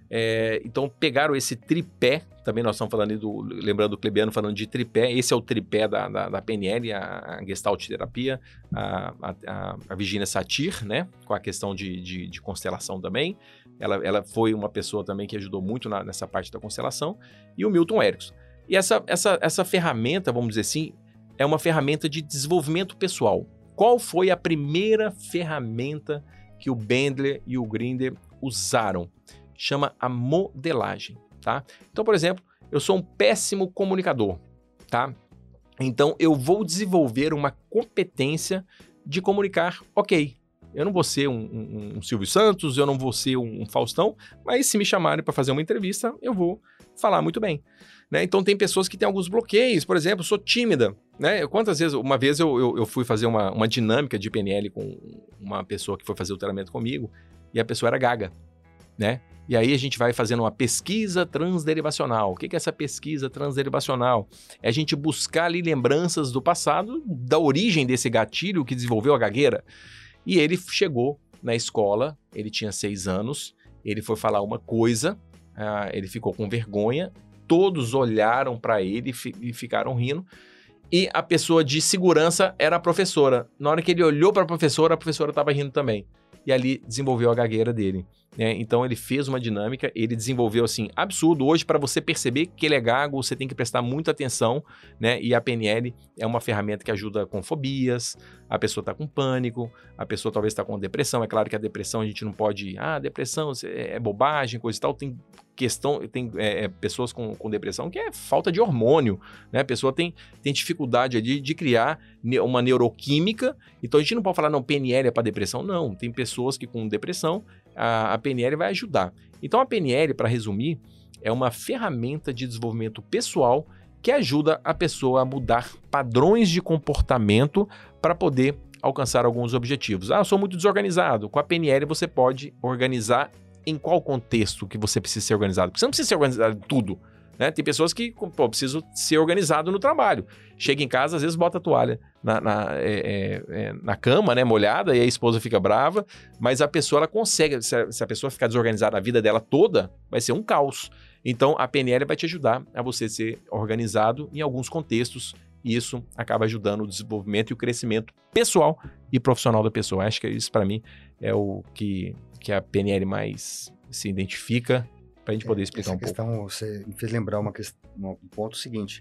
É, então, pegaram esse tripé, também nós estamos falando, do, lembrando do Klebiano falando de tripé, esse é o tripé da, da, da P N L, a, a Gestalt Terapia, a, a, a Virginia Satir, né, com a questão de, de, de constelação também. Ela, ela foi uma pessoa também que ajudou muito na, nessa parte da constelação, e o Milton Erickson. E essa, essa, essa ferramenta, vamos dizer assim, é uma ferramenta de desenvolvimento pessoal. Qual foi a primeira ferramenta que o Bandler e o Grinder usaram? Chama a modelagem, tá? Então, por exemplo, eu sou um péssimo comunicador, tá? Então, eu vou desenvolver uma competência de comunicar, ok. Eu não vou ser um, um, um Silvio Santos, eu não vou ser um, um Faustão, mas se me chamarem para fazer uma entrevista, eu vou falar muito bem. Né? Então, tem pessoas que têm alguns bloqueios, por exemplo, eu sou tímida, né? Quantas vezes, uma vez eu, eu, eu fui fazer uma, uma dinâmica de P N L com uma pessoa que foi fazer o treinamento comigo, e a pessoa era gaga, né? E aí a gente vai fazendo uma pesquisa transderivacional. O que é essa pesquisa transderivacional? É a gente buscar ali lembranças do passado, da origem desse gatilho que desenvolveu a gagueira. E ele chegou na escola, ele tinha seis anos, ele foi falar uma coisa, uh, ele ficou com vergonha, todos olharam para ele e, fi- e ficaram rindo. E a pessoa de segurança era a professora. Na hora que ele olhou para a professora, a professora estava rindo também. E ali desenvolveu a gagueira dele. Né? Então ele fez uma dinâmica, ele desenvolveu assim, absurdo. Hoje, para você perceber que ele é gago, você tem que prestar muita atenção, né? E a P N L é uma ferramenta que ajuda com fobias, a pessoa está com pânico, a pessoa talvez está com depressão. É claro que a depressão a gente não pode, ah, depressão é bobagem, coisa e tal. Tem questão, tem é, pessoas com, com depressão que é falta de hormônio, né? A pessoa tem, tem dificuldade de, de criar uma neuroquímica. Então a gente não pode falar, não, P N L é para depressão. Não, tem pessoas que com depressão, a, a P N L vai ajudar. Então a P N L, para resumir, é uma ferramenta de desenvolvimento pessoal que ajuda a pessoa a mudar padrões de comportamento para poder alcançar alguns objetivos. Ah, eu sou muito desorganizado. Com a P N L você pode organizar em qual contexto que você precisa ser organizado. Porque você não precisa ser organizado em tudo. Né? Tem pessoas que, pô, precisam ser organizado no trabalho. Chega em casa, às vezes bota a toalha na, na, é, é, na cama, né, molhada, e a esposa fica brava, mas a pessoa, ela consegue, se a, se a pessoa ficar desorganizada a vida dela toda, vai ser um caos. Então, a P N L vai te ajudar a você ser organizado em alguns contextos, e isso acaba ajudando o desenvolvimento e o crescimento pessoal e profissional da pessoa. Acho que isso, para mim, é o que, que a P N L mais se identifica, para a gente poder explicar Essa um questão, pouco. Você me fez lembrar uma questão, um ponto seguinte,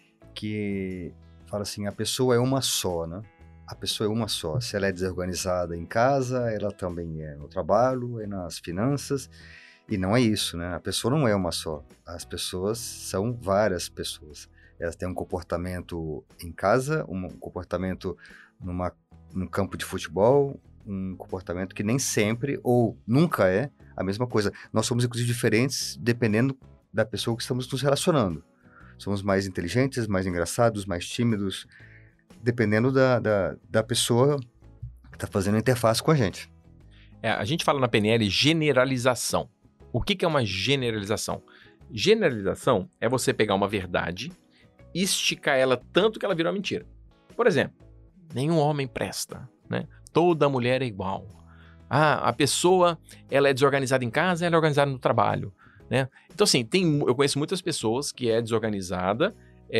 que fala assim, a pessoa é uma só, né? A pessoa é uma só. Se ela é desorganizada em casa, ela também é no trabalho, é nas finanças, e não é isso, né? A pessoa não é uma só. As pessoas são várias pessoas. Elas têm um comportamento em casa, um comportamento numa, num campo de futebol, um comportamento que nem sempre ou nunca é a mesma coisa. Nós somos, inclusive, diferentes dependendo da pessoa que estamos nos relacionando. Somos mais inteligentes, mais engraçados, mais tímidos, dependendo da, da, da pessoa que está fazendo a interface com a gente. É, a gente fala na P N L generalização. O que, que é uma generalização? Generalização é você pegar uma verdade e esticar ela tanto que ela vira uma mentira. Por exemplo, nenhum homem presta, né? Toda mulher é igual. Ah, a pessoa, ela é desorganizada em casa, ela é organizada no trabalho, né? Então, assim, tem, eu conheço muitas pessoas que é desorganizada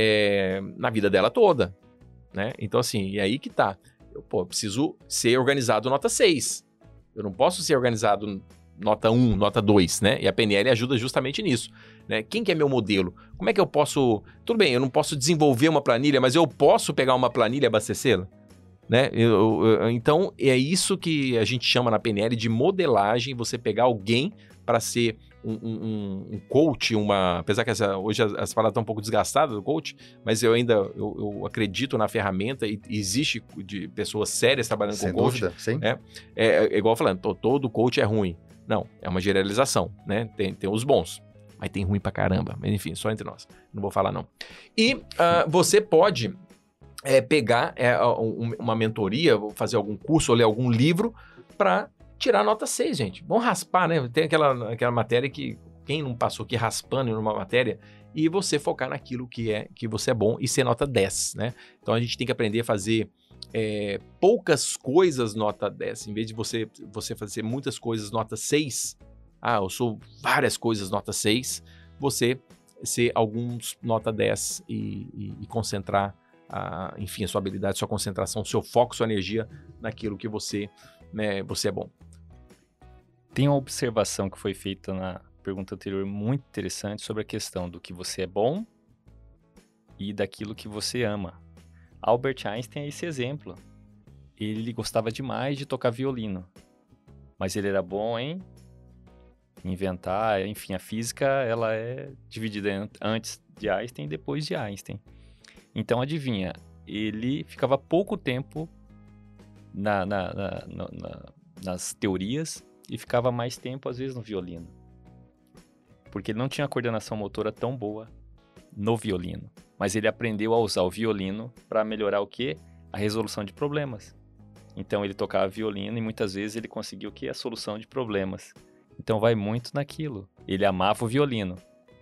é, na vida dela toda, né? Então, assim, e aí que tá. Eu, pô, preciso ser organizado nota seis. Eu não posso ser organizado nota um, nota dois, né? E a P N L ajuda justamente nisso, né? Quem que é meu modelo? Como é que eu posso... Tudo bem, eu não posso desenvolver uma planilha, mas eu posso pegar uma planilha e abastecê-la? Né? Eu, eu, então, é isso que a gente chama na P N L de modelagem, você pegar alguém para ser um, um, um coach, uma... Apesar que essa, hoje as, as palavras estão um pouco desgastadas do coach, mas eu ainda eu, eu acredito na ferramenta e existe de pessoas sérias trabalhando Sem com coach. dúvida, sim. Né? É, é igual falando, todo coach é ruim. Não, é uma generalização, né? Tem, tem os bons, mas tem ruim pra caramba. Mas enfim, só entre nós. Não vou falar, não. E uh, você pode... É, pegar é, um, uma mentoria, fazer algum curso ou ler algum livro para tirar nota seis, gente. Vamos raspar, né? Tem aquela, aquela matéria que quem não passou aqui raspando em uma matéria e você focar naquilo que, é, que você é bom e ser nota dez, né? Então a gente tem que aprender a fazer é, poucas coisas nota dez. Em vez de você, você fazer muitas coisas nota seis, ah, eu sou várias coisas nota seis, você ser alguns nota dez e, e, e concentrar, a, enfim, a sua habilidade, sua concentração, seu foco, sua energia naquilo que você, né, você é bom. Tem uma observação que foi feita na pergunta anterior muito interessante sobre a questão do que você é bom e daquilo que você ama. Albert Einstein é esse exemplo. Ele gostava demais de tocar violino, mas ele era bom em inventar, enfim, a física ela é dividida antes de Einstein e depois de Einstein. Então, adivinha, ele ficava pouco tempo na, na, na, na, na, nas teorias e ficava mais tempo, às vezes, no violino. Porque ele não tinha coordenação motora tão boa no violino. Mas ele aprendeu a usar o violino para melhorar o quê? A resolução de problemas. Então, ele tocava violino e muitas vezes ele conseguiu o quê? A solução de problemas. Então, vai muito naquilo. Ele amava o violino,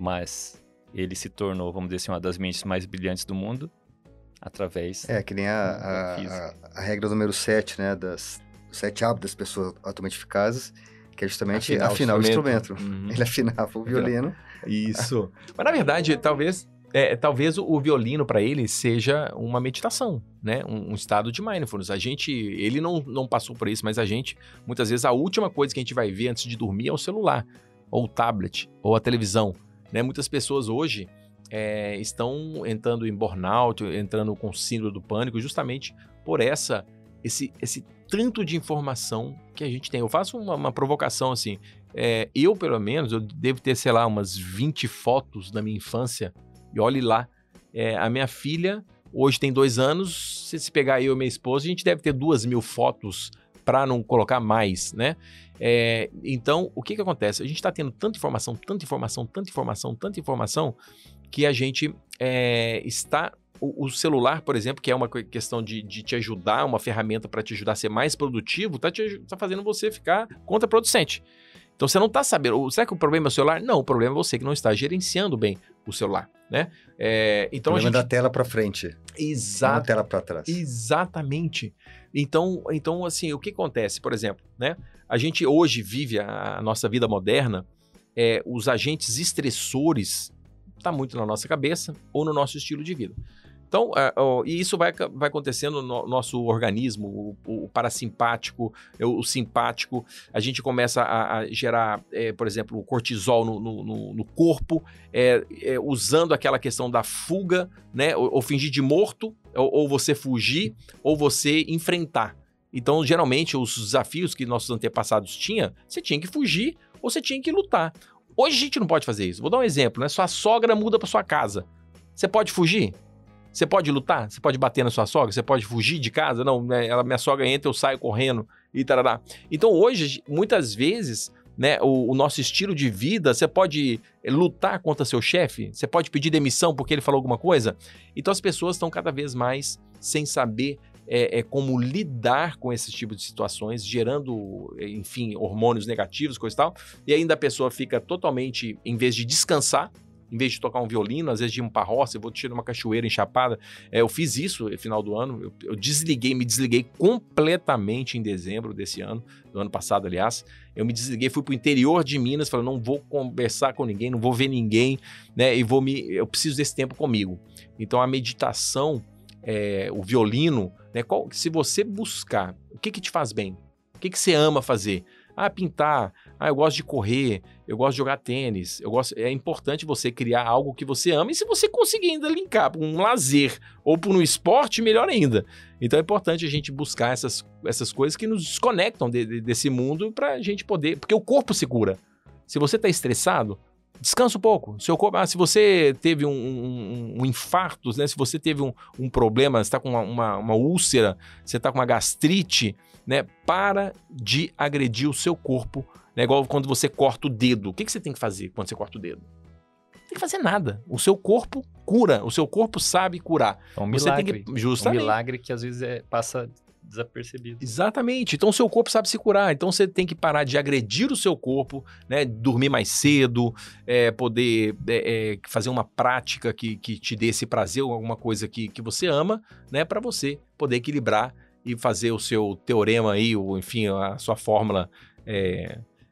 mas ele se tornou, vamos dizer assim, uma das mentes mais brilhantes do mundo através É, que nem a, a, a, a regra número sete, né? Das sete hábitos das pessoas altamente eficazes, que é justamente afinar, afinar o instrumento. O instrumento. Uhum. Ele afinava o violino. Isso. Mas, na verdade, talvez... É, talvez o, o violino para ele seja uma meditação, né? Um, um estado de mindfulness. A gente, ele não, não passou por isso, mas a gente, muitas vezes, a última coisa que a gente vai ver antes de dormir é o celular, ou o tablet, ou a televisão, né? Muitas pessoas hoje é, estão entrando em burnout, entrando com síndrome do pânico, justamente por essa, esse, esse tanto de informação que a gente tem. Eu faço uma, uma provocação assim, é, eu, pelo menos, eu devo ter, sei lá, umas vinte fotos da minha infância. E olhe lá, é, a minha filha hoje tem dois anos, se se pegar eu e minha esposa, a gente deve ter duas mil fotos para não colocar mais, né? É, então, o que que acontece? A gente está tendo tanta informação, tanta informação, tanta informação, tanta informação, que a gente é, está... O, o celular, por exemplo, que é uma questão de, de te ajudar, uma ferramenta para te ajudar a ser mais produtivo, está tá fazendo você ficar contraproducente. Então, você não está sabendo... Será que o problema é o celular? Não, o problema é você que não está gerenciando bem o celular, né? É, então, o problema a gente... da tela para frente. Exato. Não da tela para trás. Exatamente. Então, então, assim, o que acontece, por exemplo, né? A gente hoje vive a, a nossa vida moderna, é, os agentes estressores tá muito na nossa cabeça ou no nosso estilo de vida. Então, uh, uh, e isso vai, vai acontecendo no nosso organismo, o, o parasimpático, o, o simpático, a gente começa a, a gerar, é, por exemplo, o cortisol no, no, no corpo, é, é, usando aquela questão da fuga, né, ou, ou fingir de morto, ou, ou você fugir, ou você enfrentar. Então, geralmente, os desafios que nossos antepassados tinham, você tinha que fugir ou você tinha que lutar. Hoje a gente não pode fazer isso. Vou dar um exemplo, né? Sua sogra muda para sua casa. Você pode fugir? Você pode lutar? Você pode bater na sua sogra? Você pode fugir de casa? Não, né? Ela, minha sogra entra, eu saio correndo e tarará. Então hoje, muitas vezes, né, o, o nosso estilo de vida, você pode lutar contra seu chefe? Você pode pedir demissão porque ele falou alguma coisa? Então as pessoas estão cada vez mais sem saber é, é, como lidar com esse tipo de situações, gerando, enfim, hormônios negativos, coisa e tal. E ainda a pessoa fica totalmente, em vez de descansar, em vez de tocar um violino, às vezes de ir pra roça, eu vou tirar uma cachoeira enchapada. É, eu fiz isso no final do ano, eu, eu desliguei, me desliguei completamente em dezembro desse ano, do ano passado, aliás. Eu me desliguei, fui pro interior de Minas, falei, não vou conversar com ninguém, não vou ver ninguém, né? E vou me, eu preciso desse tempo comigo. Então a meditação, é, o violino, né? Qual, se você buscar, o que que te faz bem? O que que você ama fazer? Ah, pintar, ah, eu gosto de correr, eu gosto de jogar tênis, eu gosto... é importante você criar algo que você ama, e se você conseguir ainda linkar para um lazer ou para um esporte, melhor ainda. Então é importante a gente buscar essas, essas coisas que nos desconectam de, de, desse mundo para a gente poder... Porque o corpo se cura. Se você está estressado, descansa um pouco. Seu corpo, ah, se você teve um, um, um infarto, né? Se você teve um, um problema, você está com uma, uma, uma úlcera, você está com uma gastrite, né? Para de agredir o seu corpo, né? Igual quando você corta o dedo. O que, que você tem que fazer quando você corta o dedo? Não tem que fazer nada. O seu corpo cura. O seu corpo sabe curar. É um você milagre. Tem que, justamente. Um milagre que às vezes é, passa desapercebido. Exatamente. Então, o seu corpo sabe se curar. Então, você tem que parar de agredir o seu corpo, né? Dormir mais cedo, é, poder é, é, fazer uma prática que, que te dê esse prazer, alguma coisa que, que você ama, né? Para você poder equilibrar e fazer o seu teorema aí, ou enfim, a sua fórmula é,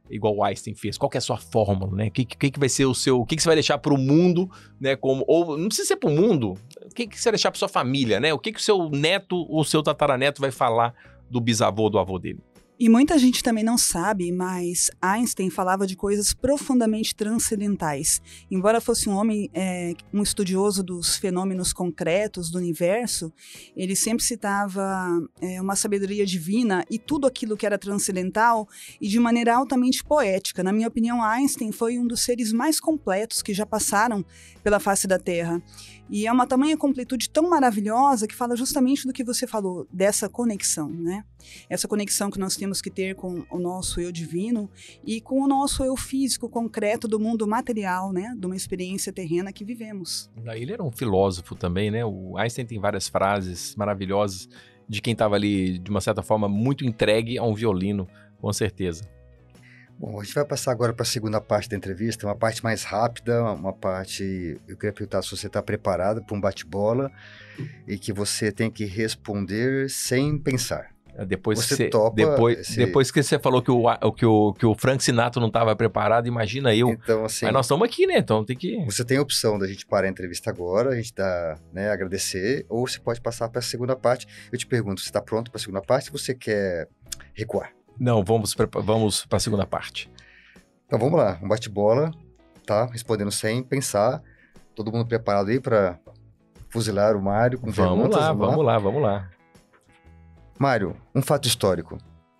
igual o Einstein fez? Qual que é a sua fórmula, né? O que, que, que vai ser o seu... O que, que você vai deixar para o mundo, né? Como, ou não precisa ser para o mundo. O que, que você vai deixar para sua família, né? O que, que o seu neto ou o seu tataraneto vai falar do bisavô ou do avô dele? E muita gente também não sabe, mas Einstein falava de coisas profundamente transcendentais. Embora fosse um homem, é, um estudioso dos fenômenos concretos do universo, ele sempre citava é, uma sabedoria divina e tudo aquilo que era transcendental e de maneira altamente poética. Na minha opinião, Einstein foi um dos seres mais completos que já passaram pela face da Terra. E é uma tamanha completude tão maravilhosa que fala justamente do que você falou, dessa conexão, né? Essa conexão que nós temos que ter com o nosso eu divino e com o nosso eu físico, concreto do mundo material, né? De uma experiência terrena que vivemos. Ele era um filósofo também, né? O Einstein tem várias frases maravilhosas de quem estava ali, de uma certa forma, muito entregue a um violino, com certeza. Bom, a gente vai passar agora para a segunda parte da entrevista, uma parte mais rápida, uma parte... Eu queria perguntar se você está preparado para um bate-bola e que você tem que responder sem pensar. Depois, você que você, topa depois, esse... depois que você falou que o, que o, que o Frank Sinatra não estava preparado, imagina eu. Então, assim, mas nós estamos aqui, né? Então tem que... Você tem a opção da gente parar a entrevista agora, a gente dá, né, agradecer, ou você pode passar para a segunda parte. Eu te pergunto, você está pronto para a segunda parte ou você quer recuar? Não, vamos para vamos a segunda parte. Então vamos lá, um bate-bola, tá? Respondendo sem pensar. Todo mundo preparado aí para fuzilar o Mário com vamos perguntas? Lá, vamos vamos lá, lá, vamos lá. Mário, um fato histórico.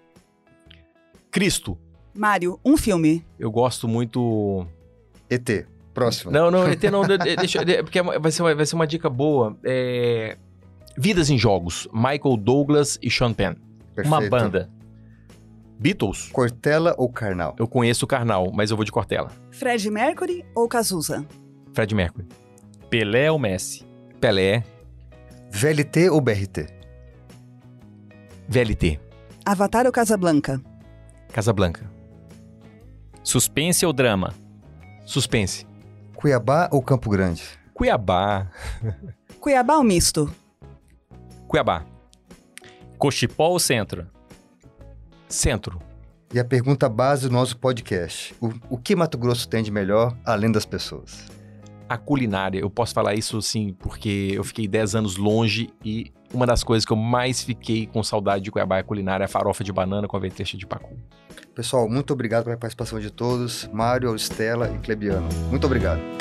Cristo. Mário, um filme. Eu gosto muito... E T, próximo. Não, não, E T não, deixa, porque vai ser, uma, vai ser uma dica boa. É... Vidas em Jogos, Michael Douglas e Sean Penn. Perfeito. Uma banda. Beatles. Cortella ou Karnal? Eu conheço o Karnal, mas eu vou de Cortella. Fred Mercury ou Cazuza? Fred Mercury. Pelé ou Messi? Pelé. V L T ou B R T? V L T. Avatar ou Casablanca? Casablanca. Suspense ou drama? Suspense. Cuiabá ou Campo Grande? Cuiabá. Cuiabá ou misto? Cuiabá. Cochipó ou centro? Centro. E a pergunta base do nosso podcast. O, o que Mato Grosso tem de melhor, além das pessoas? A culinária. Eu posso falar isso, sim, porque eu fiquei dez anos longe e uma das coisas que eu mais fiquei com saudade de Cuiabá é a culinária, a farofa de banana com a aventeja de pacu. Pessoal, muito obrigado pela participação de todos. Mário, Auristela e Clebiano. Muito obrigado.